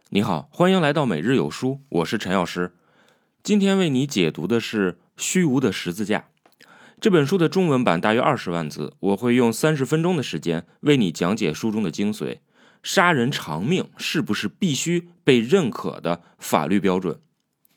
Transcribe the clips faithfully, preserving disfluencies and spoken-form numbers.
你好，欢迎来到每日有书，我是陈药师。今天为你解读的是《虚无的十字架》这本书的中文版大约二十万字，我会用三十分钟的时间为你讲解书中的精髓。杀人偿命是不是必须被认可的法律标准？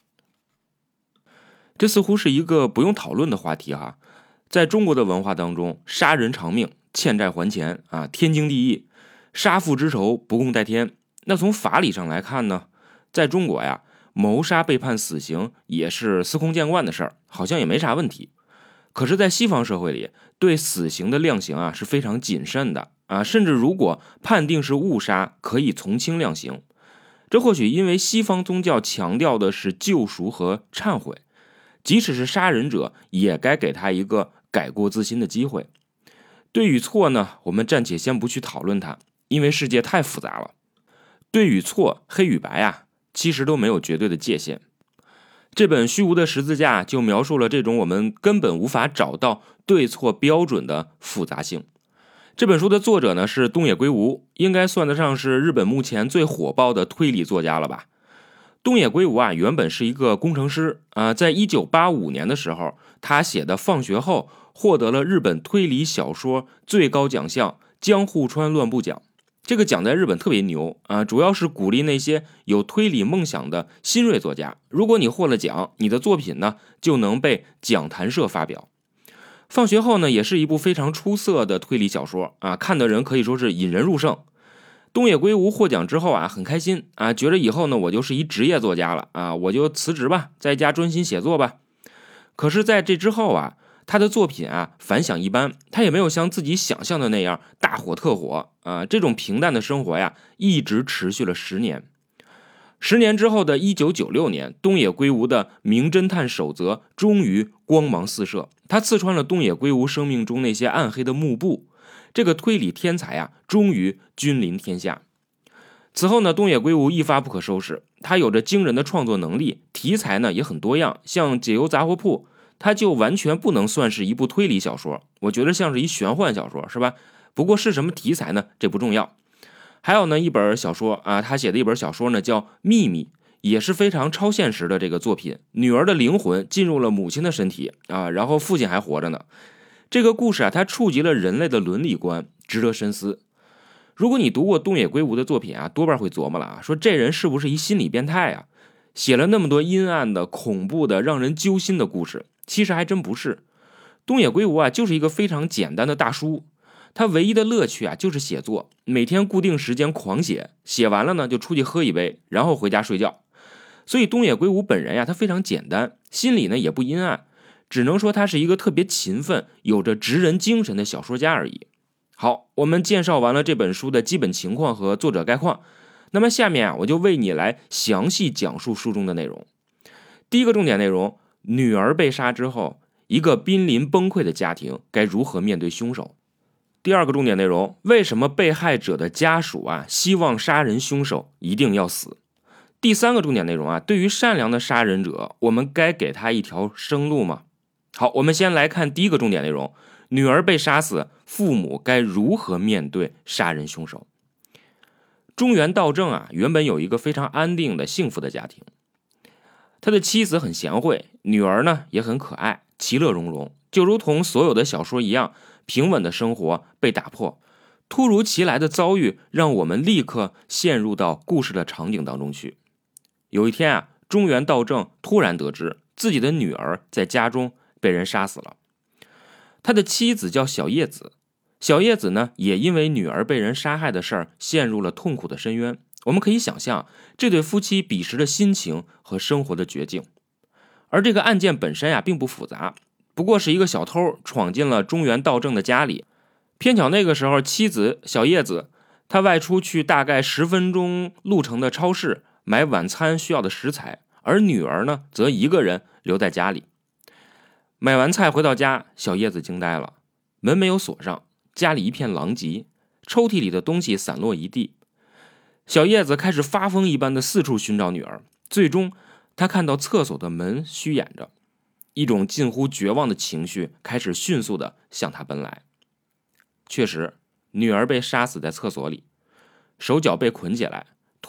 这似乎是一个不用讨论的话题哈。在中国的文化当中，杀人偿命、欠债还钱啊，天经地义，杀父之仇不共戴天。那从法理上来看呢，在中国呀，谋杀被判死刑也是司空见惯的事儿，好像也没啥问题。可是，在西方社会里，对死刑的量刑啊是非常谨慎的啊，甚至如果判定是误杀，可以从轻量刑。这或许因为西方宗教强调的是救赎和忏悔，即使是杀人者，也该给他一个改过自新的机会。对与错呢，我们暂且先不去讨论它，因为世界太复杂了。对与错、黑与白啊，其实都没有绝对的界限。这本虚无的十字架就描述了这种我们根本无法找到对错标准的复杂性。这本书的作者呢是东野圭吾，应该算得上是日本目前最火爆的推理作家了吧。东野圭吾啊，原本是一个工程师啊，在一九八五年的时候，他写的《放学后》获得了日本推理小说最高奖项江户川乱步奖。这个奖在日本特别牛啊，主要是鼓励那些有推理梦想的新锐作家。如果你获了奖，你的作品呢就能被讲谈社发表。放学后呢，也是一部非常出色的推理小说啊，看的人可以说是引人入胜。东野圭吾获奖之后啊，很开心啊，觉得以后呢我就是一职业作家了啊，我就辞职吧，在家专心写作吧。可是在这之后啊，他的作品啊反响一般，他也没有像自己想象的那样大火特火啊。这种平淡的生活呀，一直持续了十年。十年之后的一九九六年，东野圭吾的《名侦探守则》终于光芒四射，他刺穿了东野圭吾生命中那些暗黑的幕布。这个推理天才啊，终于君临天下。此后呢，东野圭吾一发不可收拾，他有着惊人的创作能力，题材呢也很多样，像《解忧杂货铺》。它就完全不能算是一部推理小说，我觉得像是一玄幻小说，是吧？不过是什么题材呢？这不重要。还有呢，一本小说啊，他写的一本小说呢，叫《秘密》，也是非常超现实的这个作品。女儿的灵魂进入了母亲的身体啊，然后父亲还活着呢。这个故事啊，它触及了人类的伦理观，值得深思。如果你读过东野圭吾的作品啊，多半会琢磨了啊，说这人是不是一心理变态啊？写了那么多阴暗的、恐怖的、让人揪心的故事。其实还真不是，东野圭吾啊，就是一个非常简单的大叔，他唯一的乐趣啊就是写作，每天固定时间狂写，写完了呢就出去喝一杯，然后回家睡觉。所以东野圭吾本人呀、啊，他非常简单，心里呢也不阴暗，只能说他是一个特别勤奋、有着职人精神的小说家而已。好，我们介绍完了这本书的基本情况和作者概况，那么下面啊，我就为你来详细讲述书中的内容。第一个重点内容。女儿被杀之后，一个濒临崩溃的家庭该如何面对凶手？第二个重点内容，为什么被害者的家属啊希望杀人凶手一定要死？第三个重点内容啊，对于善良的杀人者，我们该给他一条生路吗？好，我们先来看第一个重点内容，女儿被杀死，父母该如何面对杀人凶手？中原道正啊，原本有一个非常安定的幸福的家庭。他的妻子很贤惠，女儿呢也很可爱，其乐融融，就如同所有的小说一样，平稳的生活被打破。突如其来的遭遇让我们立刻陷入到故事的场景当中去。有一天啊，中原道正突然得知自己的女儿在家中被人杀死了。他的妻子叫小叶子，小叶子呢也因为女儿被人杀害的事儿陷入了痛苦的深渊。我们可以想象这对夫妻彼时的心情和生活的绝境。而这个案件本身啊并不复杂，不过是一个小偷闯进了中原道正的家里，偏巧那个时候妻子小叶子她外出去大概十分钟路程的超市买晚餐需要的食材，而女儿呢则一个人留在家里。买完菜回到家，小叶子惊呆了，门没有锁上，家里一片狼藉，抽屉里的东西散落一地。小叶子开始发疯一般的四处寻找女儿，最终他看到厕所的门虚掩着，一种近乎绝望的情绪开始迅速的向他奔来。确实，女儿被杀死在厕所里，手脚被捆起来，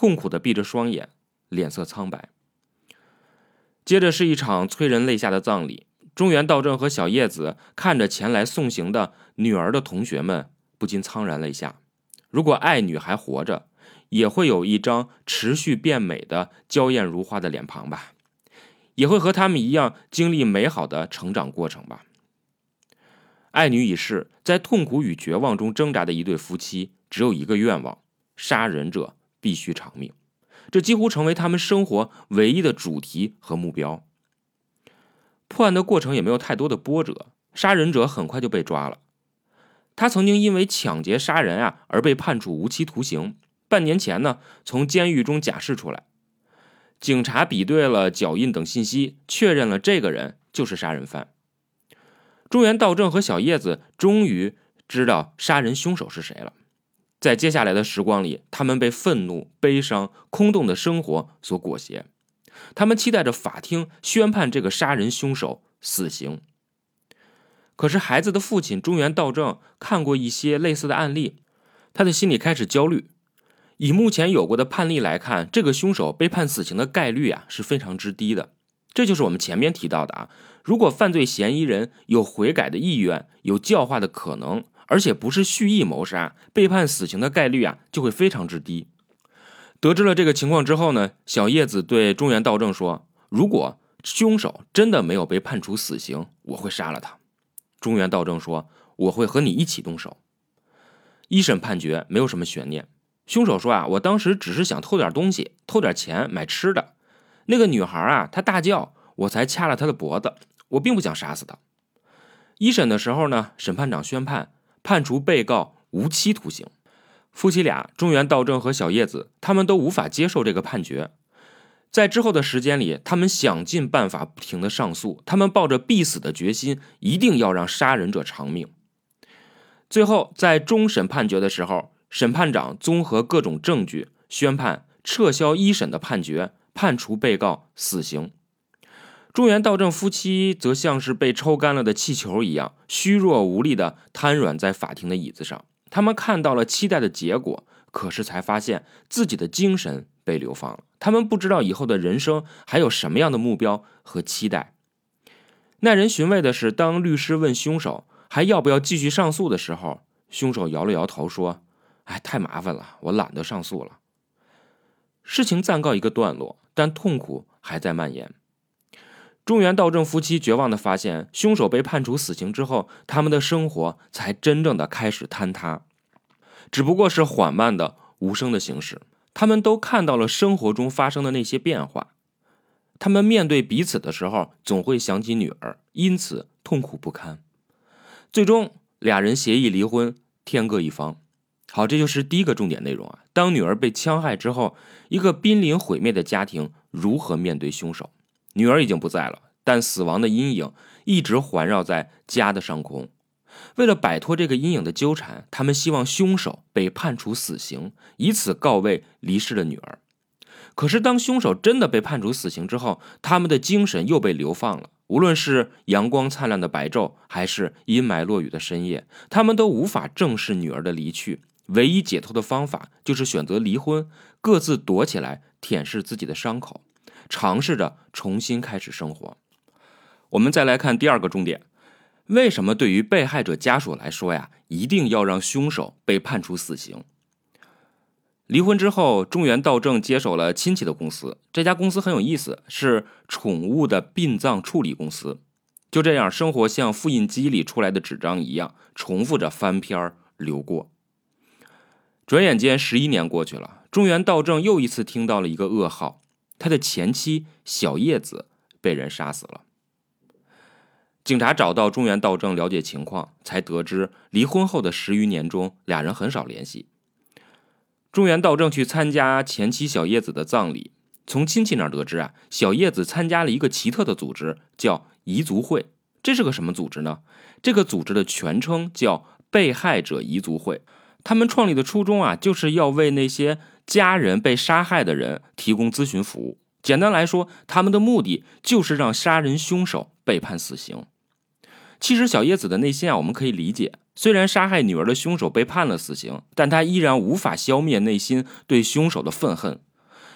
痛苦地闭着双眼，脸色苍白。接着是一场催人泪下的葬礼，中原道正和小叶子看着前来送行的女儿的同学们，不禁苍然泪下。如果爱女还活着，也会有一张持续变美的娇艳如花的脸庞吧，也会和他们一样经历美好的成长过程吧。爱女已逝，在痛苦与绝望中挣扎的一对夫妻，只有一个愿望：杀人者必须偿命。这几乎成为他们生活唯一的主题和目标。破案的过程也没有太多的波折，杀人者很快就被抓了。他曾经因为抢劫杀人啊而被判处无期徒刑，半年前呢从监狱中假释出来。警察比对了脚印等信息，确认了这个人就是杀人犯。中原道正和小叶子终于知道杀人凶手是谁了。在接下来的时光里，他们被愤怒、悲伤、空洞的生活所裹挟。他们期待着法庭宣判这个杀人凶手死刑。可是孩子的父亲中原道正看过一些类似的案例，他的心里开始焦虑。以目前有过的判例来看，这个凶手被判死刑的概率啊是非常之低的。这就是我们前面提到的啊，如果犯罪嫌疑人有悔改的意愿，有教化的可能，而且不是蓄意谋杀，被判死刑的概率啊就会非常之低。得知了这个情况之后呢，小叶子对中原道正说，如果凶手真的没有被判处死刑，我会杀了他。中原道正说，我会和你一起动手。一审判决没有什么悬念，凶手说啊，我当时只是想偷点东西，偷点钱买吃的。那个女孩啊，她大叫，我才掐了她的脖子，我并不想杀死她。一审的时候呢，审判长宣判判处被告无期徒刑。夫妻俩中原道正和小叶子，他们都无法接受这个判决。在之后的时间里，他们想尽办法不停地上诉，他们抱着必死的决心，一定要让杀人者偿命。最后在终审判决的时候，审判长综合各种证据，宣判撤销一审的判决，判处被告死刑。中原道正夫妻则像是被抽干了的气球一样，虚弱无力地瘫软在法庭的椅子上。他们看到了期待的结果，可是才发现自己的精神被流放了。他们不知道以后的人生还有什么样的目标和期待。耐人寻味的是，当律师问凶手还要不要继续上诉的时候，凶手摇了摇头说，哎，太麻烦了，我懒得上诉了。事情暂告一个段落，但痛苦还在蔓延。中原道正夫妻绝望地发现，凶手被判处死刑之后，他们的生活才真正的开始坍塌，只不过是缓慢的、无声的形式。他们都看到了生活中发生的那些变化，他们面对彼此的时候，总会想起女儿，因此痛苦不堪。最终，俩人协议离婚，天各一方。好，这就是第一个重点内容啊。当女儿被戕害之后，一个濒临毁灭的家庭如何面对凶手？女儿已经不在了，但死亡的阴影一直环绕在家的上空。为了摆脱这个阴影的纠缠，他们希望凶手被判处死刑，以此告慰离世的女儿。可是当凶手真的被判处死刑之后，他们的精神又被流放了。无论是阳光灿烂的白昼，还是阴霾落雨的深夜，他们都无法正视女儿的离去。唯一解脱的方法就是选择离婚，各自躲起来舔舐自己的伤口，尝试着重新开始生活。我们再来看第二个重点，为什么对于被害者家属来说呀，一定要让凶手被判处死刑？离婚之后，中原道正接手了亲戚的公司，这家公司很有意思，是宠物的殡葬处理公司。就这样，生活像复印机里出来的纸张一样，重复着翻篇流过。转眼间十一年过去了，中原道正又一次听到了一个噩耗，他的前妻小叶子被人杀死了。警察找到中原道正了解情况，才得知离婚后的十余年中，俩人很少联系。中原道正去参加前妻小叶子的葬礼，从亲戚那儿得知啊，小叶子参加了一个奇特的组织，叫彝族会。这是个什么组织呢？这个组织的全称叫被害者彝族会。他们创立的初衷啊，就是要为那些家人被杀害的人提供咨询服务。简单来说，他们的目的就是让杀人凶手被判死刑。其实小叶子的内心啊，我们可以理解，虽然杀害女儿的凶手被判了死刑，但他依然无法消灭内心对凶手的愤恨。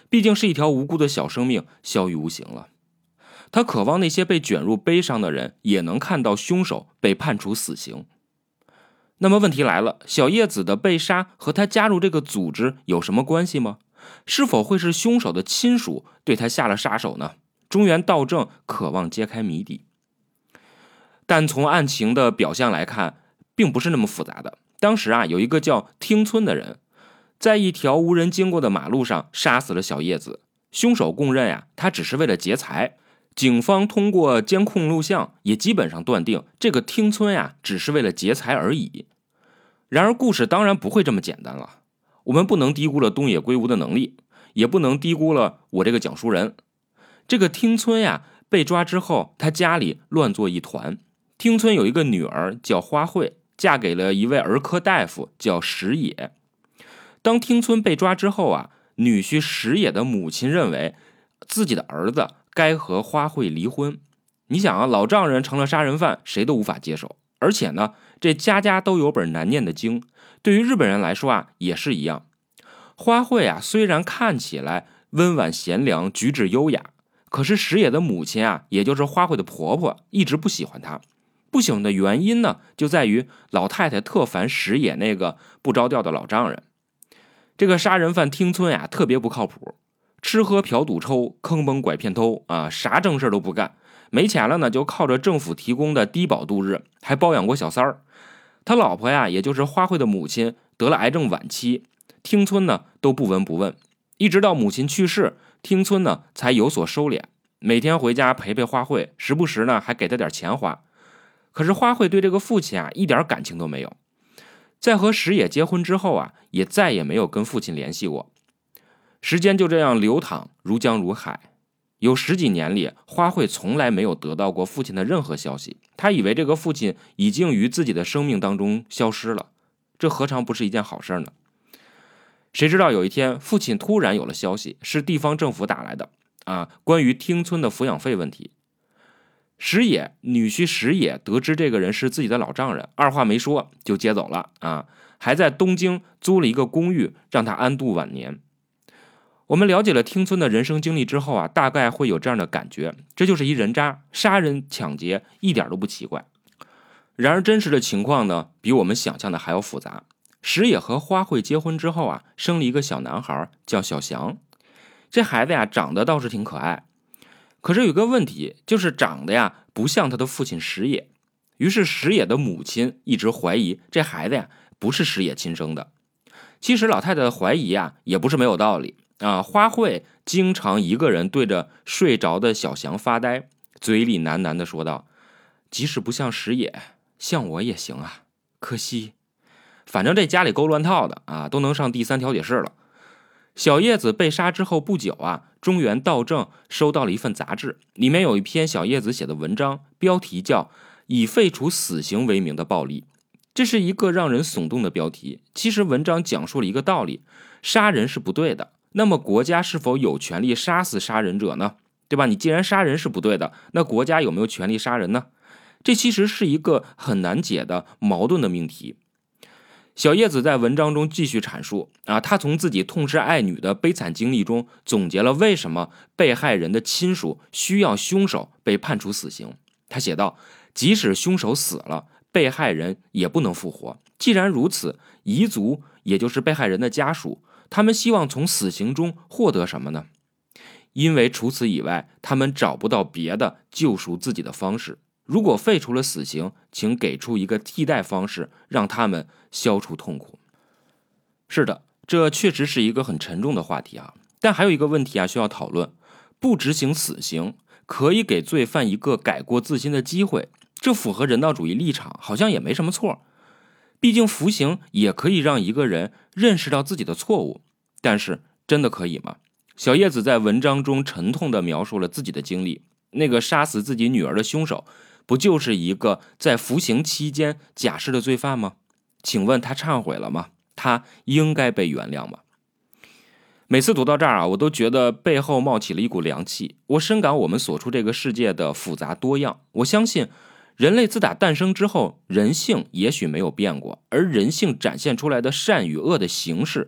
毕竟是一条无辜的小生命消于无形了。他渴望那些被卷入悲伤的人也能看到凶手被判处死刑。那么问题来了，小叶子的被杀和他加入这个组织有什么关系吗？是否会是凶手的亲属对他下了杀手呢？中原道正渴望揭开谜底，但从案情的表象来看，并不是那么复杂的。当时啊，有一个叫听村的人，在一条无人经过的马路上杀死了小叶子。凶手供认呀、啊，他只是为了劫财。警方通过监控录像也基本上断定，这个听村呀、啊，只是为了劫财而已。然而故事当然不会这么简单了，我们不能低估了东野圭吾的能力，也不能低估了我这个讲述人。这个听村呀、啊，被抓之后，他家里乱作一团。听村有一个女儿叫花卉，嫁给了一位儿科大夫叫石野。当听村被抓之后啊，女婿石野的母亲认为自己的儿子该和花卉离婚。你想啊，老丈人成了杀人犯，谁都无法接受。而且呢，这家家都有本难念的经，对于日本人来说啊，也是一样。花卉啊，虽然看起来温婉贤良，举止优雅，可是石野的母亲啊，也就是花卉的婆婆，一直不喜欢她。不喜欢的原因呢，就在于老太太特烦石野那个不着调的老丈人。这个杀人犯听村呀、啊，特别不靠谱，吃喝嫖赌抽，坑蒙拐骗偷啊，啥正事都不干。没钱了呢，就靠着政府提供的低保度日，还包养过小三儿。他老婆呀，也就是花卉的母亲，得了癌症晚期，听村呢都不闻不问，一直到母亲去世，听村呢才有所收敛，每天回家陪陪花卉，时不时呢还给他点钱花。可是花卉对这个父亲啊一点感情都没有，在和石野结婚之后啊，也再也没有跟父亲联系过。时间就这样流淌，如江如海。有十几年里，花卉从来没有得到过父亲的任何消息，他以为这个父亲已经于自己的生命当中消失了，这何尝不是一件好事呢？谁知道有一天，父亲突然有了消息，是地方政府打来的啊，关于听村的抚养费问题。石野女婿石野得知这个人是自己的老丈人，二话没说就接走了啊，还在东京租了一个公寓，让他安度晚年。我们了解了听村的人生经历之后啊，大概会有这样的感觉，这就是一人渣，杀人抢劫一点都不奇怪。然而真实的情况呢，比我们想象的还要复杂。石野和花卉结婚之后啊，生了一个小男孩叫小翔。这孩子呀长得倒是挺可爱，可是有个问题，就是长得呀不像他的父亲石野。于是石野的母亲一直怀疑这孩子呀不是石野亲生的。其实老太太的怀疑啊也不是没有道理啊。花卉经常一个人对着睡着的小翔发呆，嘴里喃喃地说道：即使不像石野，像我也行啊，可惜反正这家里够乱套的啊，都能上第三调解室了。小叶子被杀之后不久啊，中原道正收到了一份杂志，里面有一篇小叶子写的文章，标题叫以废除死刑为名的暴力。这是一个让人耸动的标题。其实文章讲述了一个道理，杀人是不对的，那么国家是否有权利杀死杀人者呢？对吧？你既然杀人是不对的，那国家有没有权利杀人呢？这其实是一个很难解的矛盾的命题。小叶子在文章中继续阐述啊，他从自己痛失爱女的悲惨经历中总结了为什么被害人的亲属需要凶手被判处死刑。他写道：即使凶手死了，被害人也不能复活。既然如此，遗族也就是被害人的家属，他们希望从死刑中获得什么呢？因为除此以外，他们找不到别的救赎自己的方式。如果废除了死刑，请给出一个替代方式，让他们消除痛苦。是的，这确实是一个很沉重的话题啊。但还有一个问题啊需要讨论：不执行死刑可以给罪犯一个改过自新的机会，这符合人道主义立场，好像也没什么错。毕竟服刑也可以让一个人认识到自己的错误，但是真的可以吗？小叶子在文章中沉痛地描述了自己的经历，那个杀死自己女儿的凶手不就是一个在服刑期间假释的罪犯吗？请问他忏悔了吗？他应该被原谅吗？每次读到这儿啊，我都觉得背后冒起了一股凉气。我深感我们所处这个世界的复杂多样。我相信人类自打诞生之后，人性也许没有变过，而人性展现出来的善与恶的形式，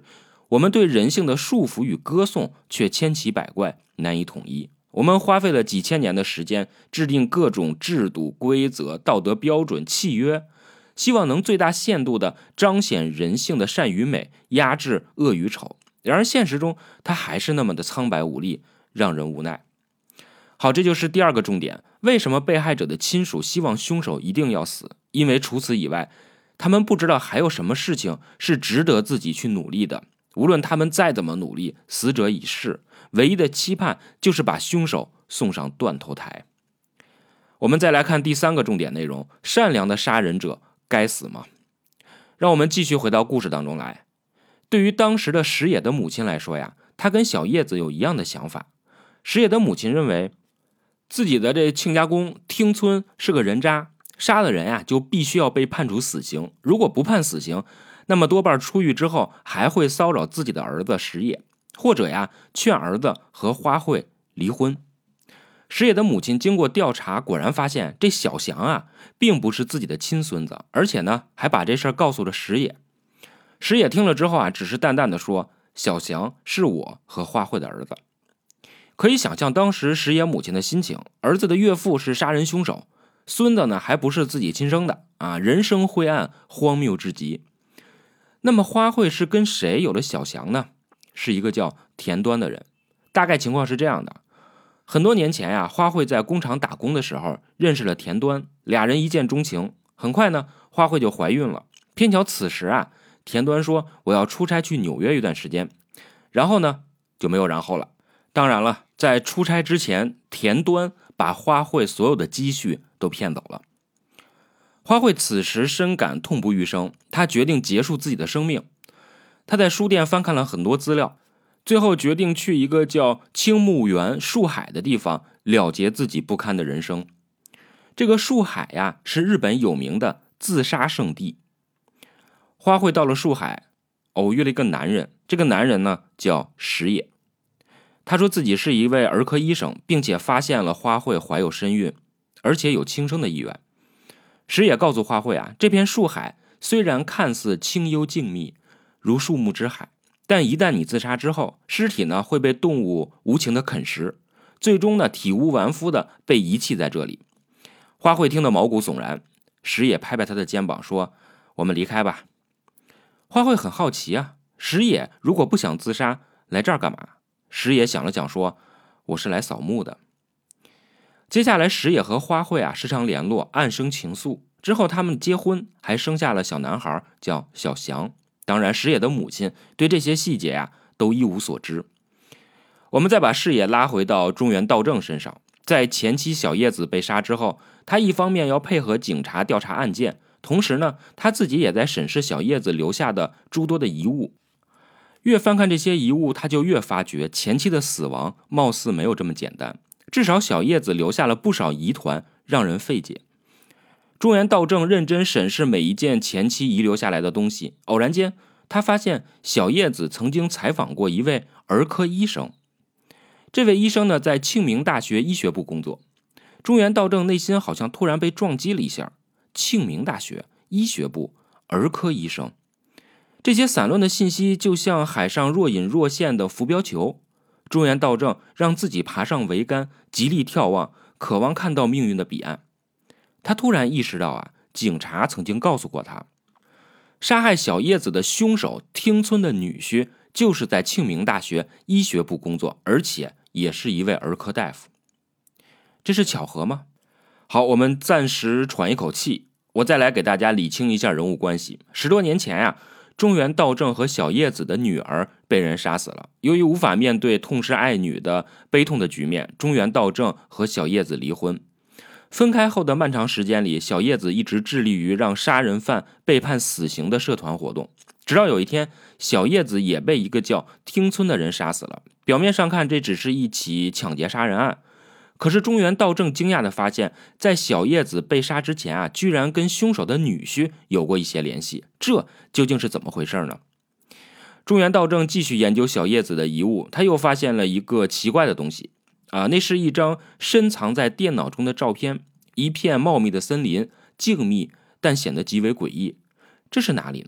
我们对人性的束缚与歌颂却千奇百怪，难以统一。我们花费了几千年的时间，制定各种制度、规则、道德标准、契约，希望能最大限度地彰显人性的善与美，压制恶与丑。然而现实中，它还是那么的苍白无力，让人无奈。好，这就是第二个重点。为什么被害者的亲属希望凶手一定要死？因为除此以外，他们不知道还有什么事情是值得自己去努力的。无论他们再怎么努力，死者已逝，唯一的期盼就是把凶手送上断头台。我们再来看第三个重点内容：善良的杀人者该死吗？让我们继续回到故事当中来。对于当时的石野的母亲来说呀，她跟小叶子有一样的想法。石野的母亲认为自己的这亲家公町村是个人渣，杀了人呀就必须要被判处死刑，如果不判死刑，那么多半出狱之后还会骚扰自己的儿子石野，或者呀劝儿子和花卉离婚。石野的母亲经过调查，果然发现这小祥啊并不是自己的亲孙子，而且呢还把这事儿告诉了石野。石野听了之后啊，只是淡淡的说：“小祥是我和花卉的儿子。”可以想象当时石野母亲的心情，儿子的岳父是杀人凶手，孙子呢还不是自己亲生的啊，人生灰暗，荒谬至极。那么花卉是跟谁有了小祥呢？是一个叫田端的人。大概情况是这样的：很多年前呀、啊，花卉在工厂打工的时候认识了田端，俩人一见钟情。很快呢，花卉就怀孕了。偏巧此时啊，田端说我要出差去纽约一段时间，然后呢就没有然后了。当然了，在出差之前，田端把花卉所有的积蓄都骗走了。花卉此时深感痛不欲生，他决定结束自己的生命。他在书店翻看了很多资料，最后决定去一个叫青木原树海的地方了结自己不堪的人生。这个树海呀，是日本有名的自杀圣地。花卉到了树海，偶遇了一个男人，这个男人呢叫石野。他说自己是一位儿科医生，并且发现了花卉怀有身孕，而且有轻生的意愿。石野告诉花卉啊，这片树海虽然看似清幽静谧，如树木之海，但一旦你自杀之后，尸体呢会被动物无情的啃食，最终呢体无完肤的被遗弃在这里。花卉听得毛骨悚然，石野拍拍他的肩膀说：“我们离开吧。”花卉很好奇啊，石野如果不想自杀，来这儿干嘛？石野想了想说：“我是来扫墓的。”接下来石野和花卉啊时常联络，暗生情愫。之后他们结婚，还生下了小男孩，叫小祥。当然石野的母亲对这些细节啊都一无所知。我们再把视野拉回到中原道正身上。在前妻小叶子被杀之后，他一方面要配合警察调查案件，同时呢他自己也在审视小叶子留下的诸多的遗物。越翻看这些遗物，他就越发觉前妻的死亡貌似没有这么简单，至少小叶子留下了不少疑团，让人费解。中原道正认真审视每一件前妻遗留下来的东西，偶然间他发现小叶子曾经采访过一位儿科医生。这位医生呢，在庆明大学医学部工作。中原道正内心好像突然被撞击了一下，庆明大学医学部儿科医生，这些散乱的信息就像海上若隐若现的浮标球。中原道正让自己爬上桅杆，极力眺望，渴望看到命运的彼岸。他突然意识到啊，警察曾经告诉过他，杀害小叶子的凶手町村的女婿就是在庆明大学医学部工作，而且也是一位儿科大夫。这是巧合吗？好，我们暂时喘一口气，我再来给大家理清一下人物关系。十多年前啊，中原道正和小叶子的女儿被人杀死了。由于无法面对痛失爱女的悲痛的局面，中原道正和小叶子离婚。分开后的漫长时间里，小叶子一直致力于让杀人犯被判死刑的社团活动。直到有一天，小叶子也被一个叫町村的人杀死了。表面上看，这只是一起抢劫杀人案，可是中原道正惊讶地发现，在小叶子被杀之前啊，居然跟凶手的女婿有过一些联系，这究竟是怎么回事呢？中原道正继续研究小叶子的遗物，他又发现了一个奇怪的东西啊，那是一张深藏在电脑中的照片，一片茂密的森林，静谧但显得极为诡异。这是哪里呢？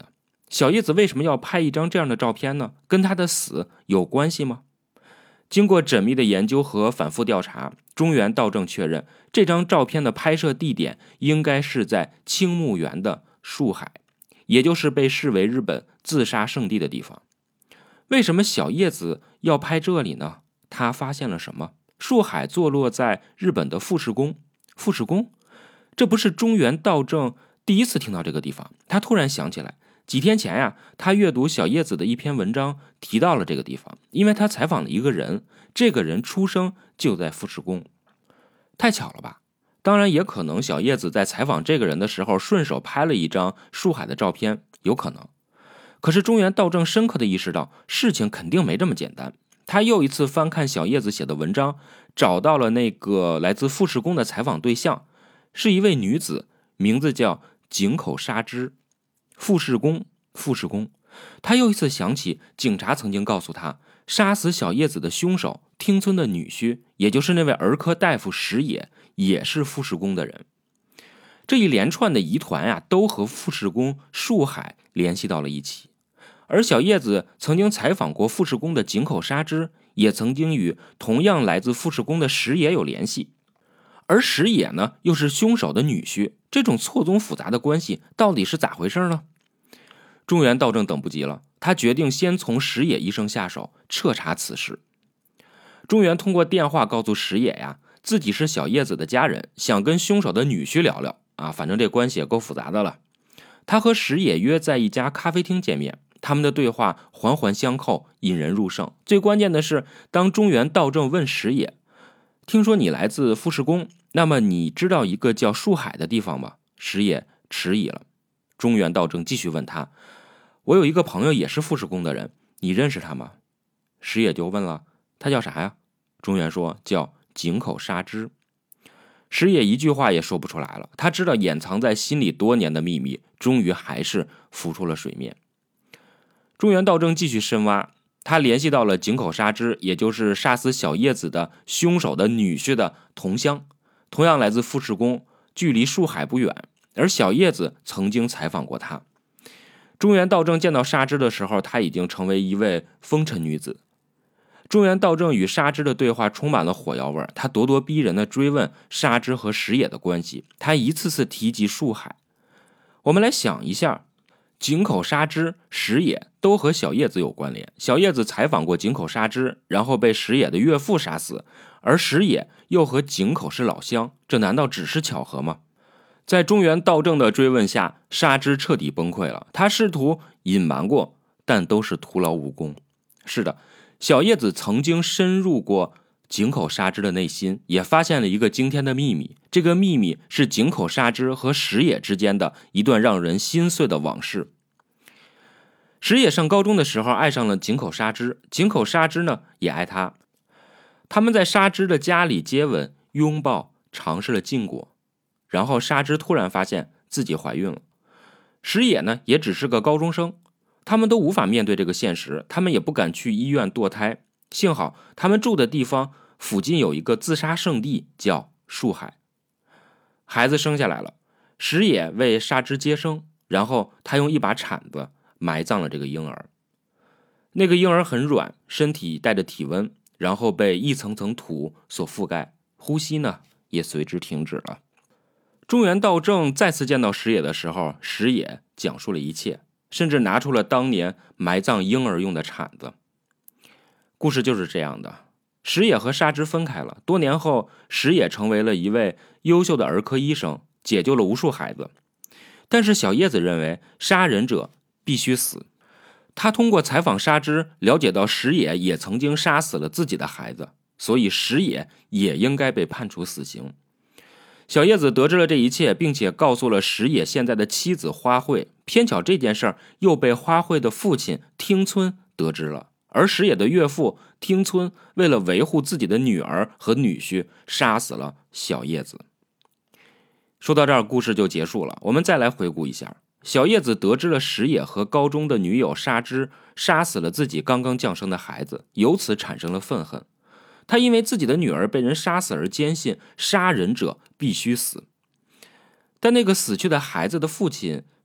小叶子为什么要拍一张这样的照片呢？跟他的死有关系吗？经过缜密的研究和反复调查，中原道正确认这张照片的拍摄地点应该是在青木原的树海，也就是被视为日本自杀圣地的地方。为什么小叶子要拍这里呢？他发现了什么？树海坐落在日本的富士宫，富士宫，这不是中原道正第一次听到这个地方。他突然想起来，几天前呀，他阅读小叶子的一篇文章，提到了这个地方，因为他采访了一个人，这个人出生就在富士宫。太巧了吧？当然也可能小叶子在采访这个人的时候，顺手拍了一张树海的照片，有可能。可是中原道正深刻地意识到，事情肯定没这么简单。他又一次翻看小叶子写的文章，找到了那个来自富士宫的采访对象，是一位女子，名字叫井口纱织。富士宫，富士宫。他又一次想起警察曾经告诉他，杀死小叶子的凶手町村的女婿，也就是那位儿科大夫石野，也是富士宫的人。这一连串的疑团呀、啊，都和富士宫树海联系到了一起。而小叶子曾经采访过富士宫的井口纱织，也曾经与同样来自富士宫的石野有联系。而石野呢，又是凶手的女婿，这种错综复杂的关系到底是咋回事呢？中原道正等不及了，他决定先从石野医生下手，彻查此事。中原通过电话告诉石野呀，自己是小叶子的家人，想跟凶手的女婿聊聊啊，反正这关系也够复杂的了。他和石野约在一家咖啡厅见面，他们的对话环环相扣，引人入胜。最关键的是，当中原道正问石野，听说你来自富士宫，那么你知道一个叫树海的地方吗？石野迟疑了。中原道正继续问他，我有一个朋友也是富士宫的人，你认识他吗？石野就问了，他叫啥呀？中原说叫井口纱织。石野一句话也说不出来了，他知道掩藏在心里多年的秘密终于还是浮出了水面。中原道正继续深挖，他联系到了井口纱织，也就是杀死小叶子的凶手的女婿的同乡，同样来自富士宫，距离树海不远，而小叶子曾经采访过他。中原道正见到纱织的时候，她已经成为一位风尘女子。中原道正与纱织的对话充满了火药味，他咄咄逼人地追问纱织和石野的关系，他一次次提及树海。我们来想一下，井口纱织、石野都和小叶子有关联。小叶子采访过井口纱织，然后被石野的岳父杀死，而石野又和井口是老乡，这难道只是巧合吗？在中原道正的追问下，纱织彻底崩溃了。他试图隐瞒过，但都是徒劳无功。是的，小叶子曾经深入过井口纱织的内心，也发现了一个惊天的秘密。这个秘密是井口纱织和石野之间的一段让人心碎的往事。石野上高中的时候爱上了井口纱织，井口纱织呢也爱他。他们在纱织的家里接吻、拥抱，尝试了禁果。然后纱织突然发现自己怀孕了。石野呢也只是个高中生，他们都无法面对这个现实，他们也不敢去医院堕胎。幸好他们住的地方附近有一个自杀圣地，叫树海。孩子生下来了，石野为纱织接生，然后他用一把铲子埋葬了这个婴儿。那个婴儿很软，身体带着体温，然后被一层层土所覆盖，呼吸呢也随之停止了。中原道正再次见到石野的时候，石野讲述了一切，甚至拿出了当年埋葬婴儿用的铲子。故事就是这样的，石野和纱织分开了，多年后石野成为了一位优秀的儿科医生，解救了无数孩子。但是小叶子认为杀人者必须死，他通过采访纱织了解到石野也曾经杀死了自己的孩子，所以石野也应该被判处死刑。小叶子得知了这一切，并且告诉了石野现在的妻子花卉，偏巧这件事儿又被花卉的父亲町村得知了，而石野的岳父町村为了维护自己的女儿和女婿，杀死了小叶子。说到这儿，故事就结束了。我们再来回顾一下，小叶子得知了石野和高中的女友纱织杀死了自己刚刚降生的孩子，由此产生了愤恨。他因为自己的女儿被人杀死而坚信杀人者必须死。但那个死去的孩子的父亲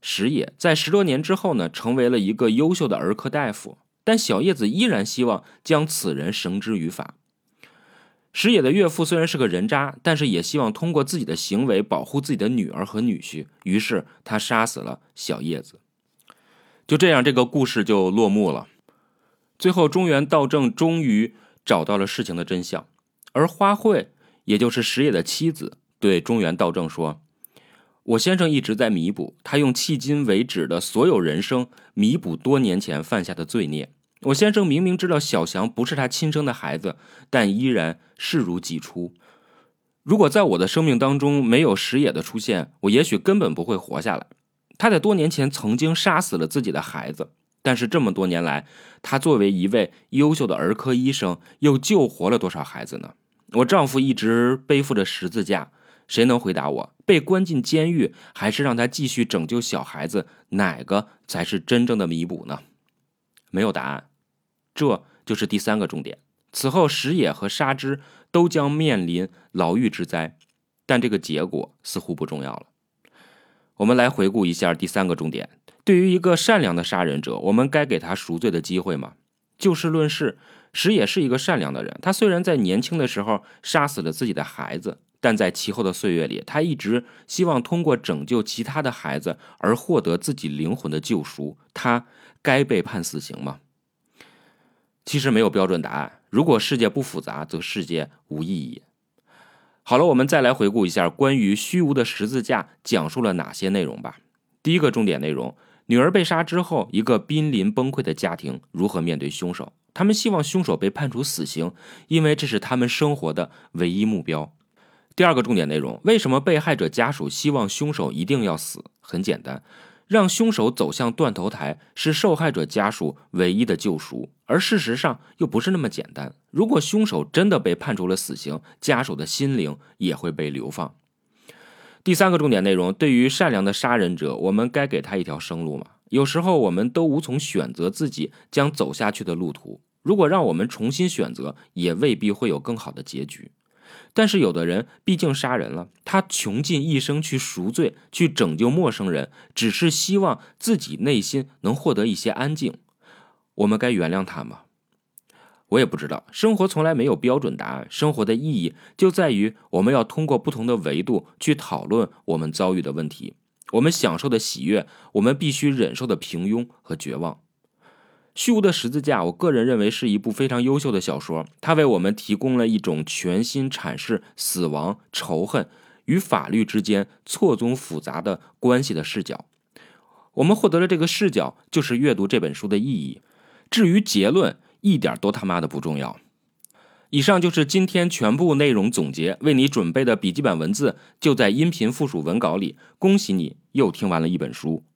石野在十多年之后呢，成为了一个优秀的儿科大夫，但小叶子依然希望将此人绳之于法。石野的岳父虽然是个人渣，但是也希望通过自己的行为保护自己的女儿和女婿，于是他杀死了小叶子。就这样，这个故事就落幕了。最后中原道正终于找到了事情的真相，而花卉也就是石野的妻子对中原道正说，我先生一直在弥补，他用迄今为止的所有人生弥补多年前犯下的罪孽。我先生明明知道小翔不是他亲生的孩子，但依然视如己出。如果在我的生命当中没有石野的出现，我也许根本不会活下来。他在多年前曾经杀死了自己的孩子，但是这么多年来，他作为一位优秀的儿科医生，又救活了多少孩子呢？我丈夫一直背负着十字架，谁能回答我，被关进监狱还是让他继续拯救小孩子，哪个才是真正的弥补呢？没有答案。这就是第三个重点。此后石野和纱织都将面临牢狱之灾，但这个结果似乎不重要了。我们来回顾一下第三个重点。对于一个善良的杀人者，我们该给他赎罪的机会吗？就事论事，石野是一个善良的人，他虽然在年轻的时候杀死了自己的孩子，但在其后的岁月里，他一直希望通过拯救其他的孩子而获得自己灵魂的救赎。他该被判死刑吗？其实没有标准答案，如果世界不复杂，则世界无意义。好了，我们再来回顾一下关于虚无的十字架讲述了哪些内容吧。第一个重点内容，女儿被杀之后，一个濒临崩溃的家庭如何面对凶手。他们希望凶手被判处死刑，因为这是他们生活的唯一目标。第二个重点内容，为什么被害者家属希望凶手一定要死？很简单，让凶手走向断头台是受害者家属唯一的救赎，而事实上又不是那么简单。如果凶手真的被判处了死刑，家属的心灵也会被流放。第三个重点内容，对于善良的杀人者，我们该给他一条生路吗？有时候我们都无从选择自己将走下去的路途，如果让我们重新选择，也未必会有更好的结局。但是有的人毕竟杀人了，他穷尽一生去赎罪，去拯救陌生人，只是希望自己内心能获得一些安静。我们该原谅他吗？我也不知道，生活从来没有标准答案，生活的意义就在于我们要通过不同的维度去讨论我们遭遇的问题，我们享受的喜悦，我们必须忍受的平庸和绝望。虚无的十字架，我个人认为是一部非常优秀的小说，它为我们提供了一种全新阐释死亡、仇恨与法律之间错综复杂的关系的视角。我们获得了这个视角，就是阅读这本书的意义。至于结论，一点都他妈的不重要。以上就是今天全部内容总结，为你准备的笔记本文字就在音频附属文稿里。恭喜你又听完了一本书。